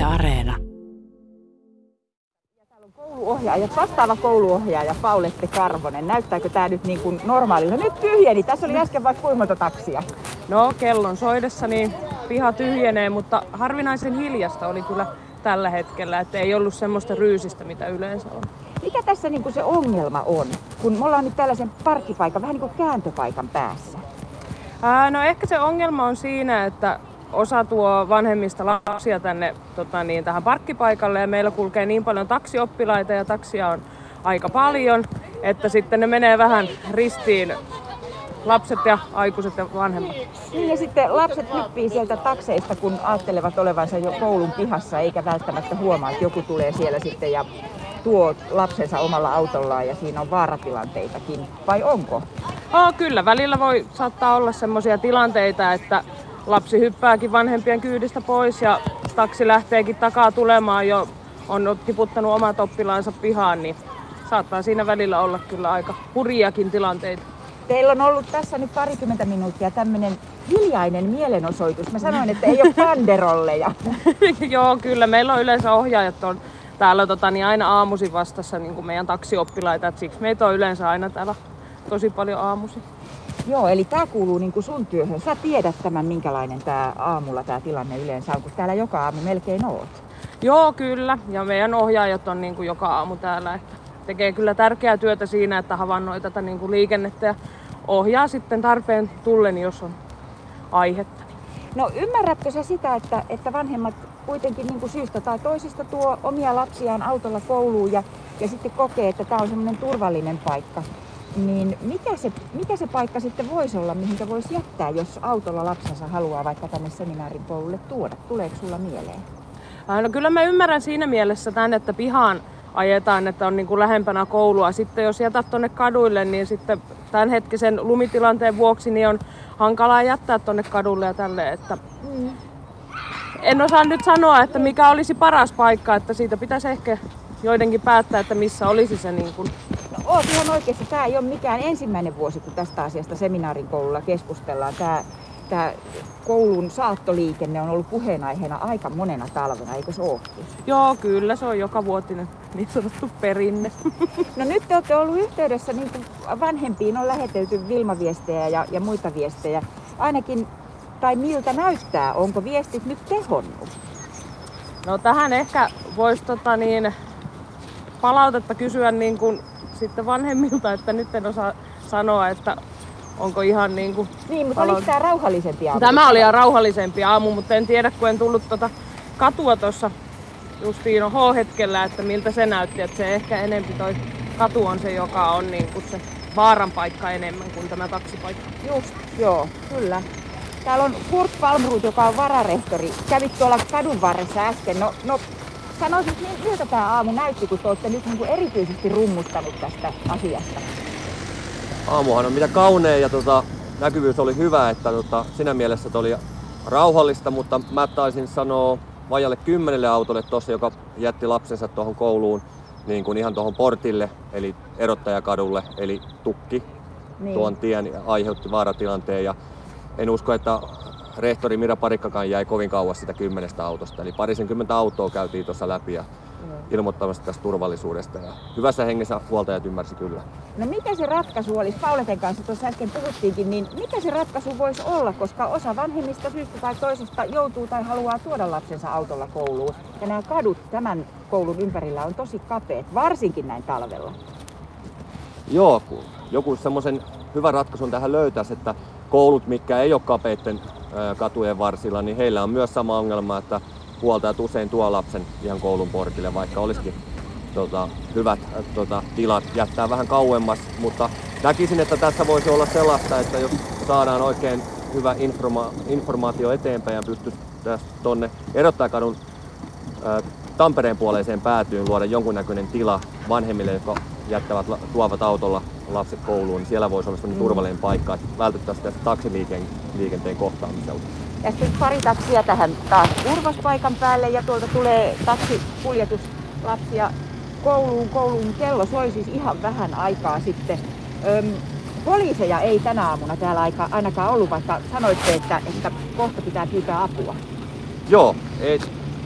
Areena. Täällä on kouluohjaaja, vastaava kouluohjaaja Paulette Karvonen. Näyttääkö tää nyt niin kuin normaalilla? Nyt tyhjeni. Tässä oli äsken vaikka kuinka monta taksia. No, kellon soidessa niin piha tyhjenee, mutta harvinaisen hiljasta oli kyllä tällä hetkellä, että ei ollut semmoista ryysistä, mitä yleensä on. Mikä tässä niin kuin se ongelma on, kun me ollaan nyt tällaisen parkkipaikan, vähän niin kuin kääntöpaikan päässä? No ehkä se ongelma on siinä, että osa tuo vanhemmista lapsia tänne tähän parkkipaikalle ja meillä kulkee niin paljon taksioppilaita ja taksia on aika paljon, että sitten ne menee vähän ristiin lapset ja aikuiset ja vanhemmat. Niin ja sitten lapset hyppii sieltä takseista, kun ajattelevat olevansa jo koulun pihassa eikä välttämättä huomaa, että joku tulee siellä sitten ja tuo lapsensa omalla autollaan ja siinä on vaaratilanteitakin. Vai onko? Kyllä, välillä saattaa olla semmoisia tilanteita, että lapsi hyppääkin vanhempien kyydistä pois ja taksi lähteekin takaa tulemaan jo, on tiputtanut omat oppilaansa pihaan, niin saattaa siinä välillä olla kyllä aika hurjiakin tilanteita. Teillä on ollut tässä nyt 20 minuuttia tämmöinen hiljainen mielenosoitus. Mä sanoin, että ei ole banderolleja. Joo, kyllä. Meillä on yleensä ohjaajat on täällä aina aamuisin vastassa niin kuin meidän taksioppilaita. Et siksi meitä on yleensä aina täällä tosi paljon aamuisin. Joo, eli tää kuuluu niin kuin sun työhön. Sä tiedät tämän, minkälainen tää aamulla tää tilanne yleensä on, kun täällä joka aamu melkein oot. Joo, kyllä. Ja meidän ohjaajat on niin kuin joka aamu täällä. Että tekee kyllä tärkeää työtä siinä, että havainnoi tätä niin kuin liikennettä ja ohjaa sitten tarpeen tullen, jos on aihetta. No ymmärrätkö sä sitä, että vanhemmat kuitenkin niin kuin syystä tai toisesta tuo omia lapsiaan autolla kouluun ja sitten kokee, että tämä on semmoinen turvallinen paikka. Niin mikä se paikka sitten voisi olla, mihinkä voisi jättää, jos autolla lapsensa haluaa vaikka tänne seminaarin koululle tuoda? Tuleeko sulla mieleen? No kyllä mä ymmärrän siinä mielessä tämän, että pihaan ajetaan, että on niin kuin lähempänä koulua. Sitten jos jätät tonne kaduille, niin sitten tämänhetkisen lumitilanteen vuoksi niin on hankalaa jättää tonne kadulle ja tälleen. Että en osaa nyt sanoa, että mikä olisi paras paikka, että siitä pitäisi ehkä joidenkin päättää, että missä olisi se niin kuin. No oot ihan oikeassa. Tämä ei ole mikään ensimmäinen vuosi, kun tästä asiasta seminaarin koululla keskustellaan. Tämä koulun saattoliikenne on ollut puheenaiheena aika monena talvena, eikö se olekin? Joo, kyllä se on joka vuotinen niin sanottu perinne. No nyt te olette ollut yhteydessä, niin kuin vanhempiin on lähetelty Wilma-viestejä ja muita viestejä. Ainakin, tai miltä näyttää, onko viestit nyt tehonnut? No tähän ehkä voisi palautetta kysyä niin kuin sitten vanhemmilta, että nyt en osaa sanoa, että onko ihan niin kuin. Niin, mutta oliko tämä rauhallisempi aamu? Tämä oli ihan rauhallisempi aamu, mutta en tiedä, kun en tullut katua tuossa justiin H-hetkellä, että miltä se näytti. Että se ehkä enempi toi katu on se, joka on niin kuin se vaaran paikka enemmän kuin tämä taksipaikka. Just, joo, kyllä. Täällä on Kurt Palmroth, joka on vararehtori. Kävit tuolla kadun varressa äsken. No sanoisit, miltä tämä aamu näytti, kun te olette nyt niin kuin erityisesti rummustanut tästä asiasta? Aamuhan on mitä kaunein ja näkyvyys oli hyvä, että siinä mielessä oli rauhallista, mutta mä taisin sanoa vajalle 10 autolle tuossa, joka jätti lapsensa tuohon kouluun niin kuin ihan tuohon portille, eli erottajakadulle, eli tukki tuon tien ja aiheutti vaaratilanteen. Ja en usko, että rehtori Mira Parikkakaan jäi kovin kauas sitä 10 autosta, eli 20 autoa käytiin tuossa läpi ja ilmoittamassa tästä turvallisuudesta. Ja hyvässä hengessä huoltajat ymmärsi kyllä. No mikä se ratkaisu olisi? Pauleten kanssa tuossa äsken puhuttiinkin, niin mikä se ratkaisu voisi olla? Koska osa vanhemmista syystä tai toisesta joutuu tai haluaa tuoda lapsensa autolla kouluun. Ja nämä kadut tämän koulun ympärillä on tosi kapeat, varsinkin näin talvella. Joo, joku semmoisen hyvän ratkaisun tähän löytäisi, että koulut, mitkä ei ole kapeitten katujen varsilla, niin heillä on myös sama ongelma, että huoltajat usein tuo lapsen ihan koulun portille, vaikka olisikin hyvät tilat, jättää vähän kauemmas, mutta näkisin, että tässä voisi olla sellaista, että jos saadaan oikein hyvä informaatio eteenpäin ja pystytään tuonne Erottajakadun Tampereen puoleiseen päätyyn luoda jonkunnäköinen tila vanhemmille, jotka tuovat autolla lapset kouluun, niin siellä voisi olla sellainen turvallinen paikka, että vältyttäisiin tästä taksiliikenteen kohtaamiselta. Ja sitten pari taksia tähän taas urvaspaikan päälle ja tuolta tulee taksikuljetus lapsia kouluun. Kello soi siis ihan vähän aikaa sitten. Poliiseja ei tänä aamuna täällä ainakaan ollut, vaikka sanoitte, että kohta pitää pyytää apua. Joo,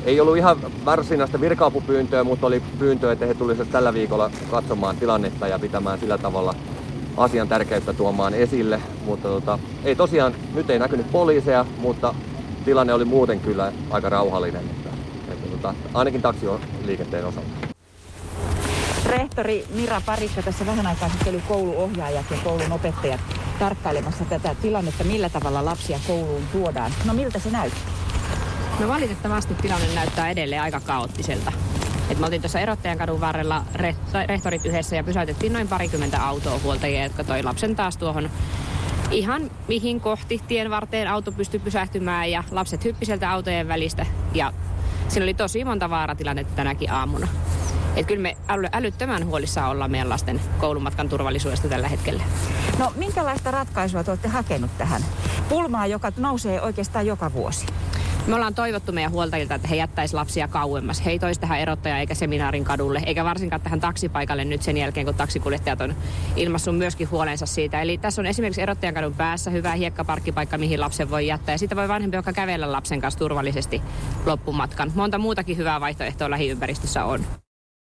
ei ollut ihan varsinaista virka-apupyyntöä, mutta oli pyyntö, että he tulisivat tällä viikolla katsomaan tilannetta ja pitämään sillä tavalla asian tärkeyttä tuomaan esille. Mutta ei nyt ei näkynyt poliiseja, tilanne oli muuten kyllä aika rauhallinen, ainakin taksiliikenteen osalta. Rehtori Mira Parikka, tässä vähän aikaa sitten oli kouluohjaajat ja koulun opettajat tarkkailemassa tätä tilannetta, millä tavalla lapsia kouluun tuodaan. No miltä se näyttää? No valitettavasti tilanne näyttää edelleen aika kaoottiselta. Me oltiin tuossa Erottajankadun varrella rehtorit yhdessä ja pysäytettiin noin 20 autoa huoltajia, jotka toi lapsen taas tuohon ihan mihin kohti tien varteen auto pystyi pysähtymään ja lapset hyppiseltä autojen välistä. Ja siinä oli tosi monta vaaratilannetta tänäkin aamuna. Että kyllä me älyttömän huolissaan ollaan meidän lasten koulumatkan turvallisuudesta tällä hetkellä. No minkälaista ratkaisua te olette hakenut tähän pulmaan, joka nousee oikeastaan joka vuosi? Me ollaan toivottu meidän huoltajilta, että he jättäisi lapsia kauemmas. He ei toisi tähän Erottaja- eikä Seminaarin kadulle, eikä varsinkaan tähän taksipaikalle nyt sen jälkeen, kun taksikuljettajat on ilmaissut myöskin huolensa siitä. Eli tässä on esimerkiksi Erottajankadun päässä hyvä hiekkaparkkipaikka, mihin lapsen voi jättää. Ja siitä voi vanhempi joka kävellä lapsen kanssa turvallisesti loppumatkan. Monta muutakin hyvää vaihtoehtoa lähiympäristössä on.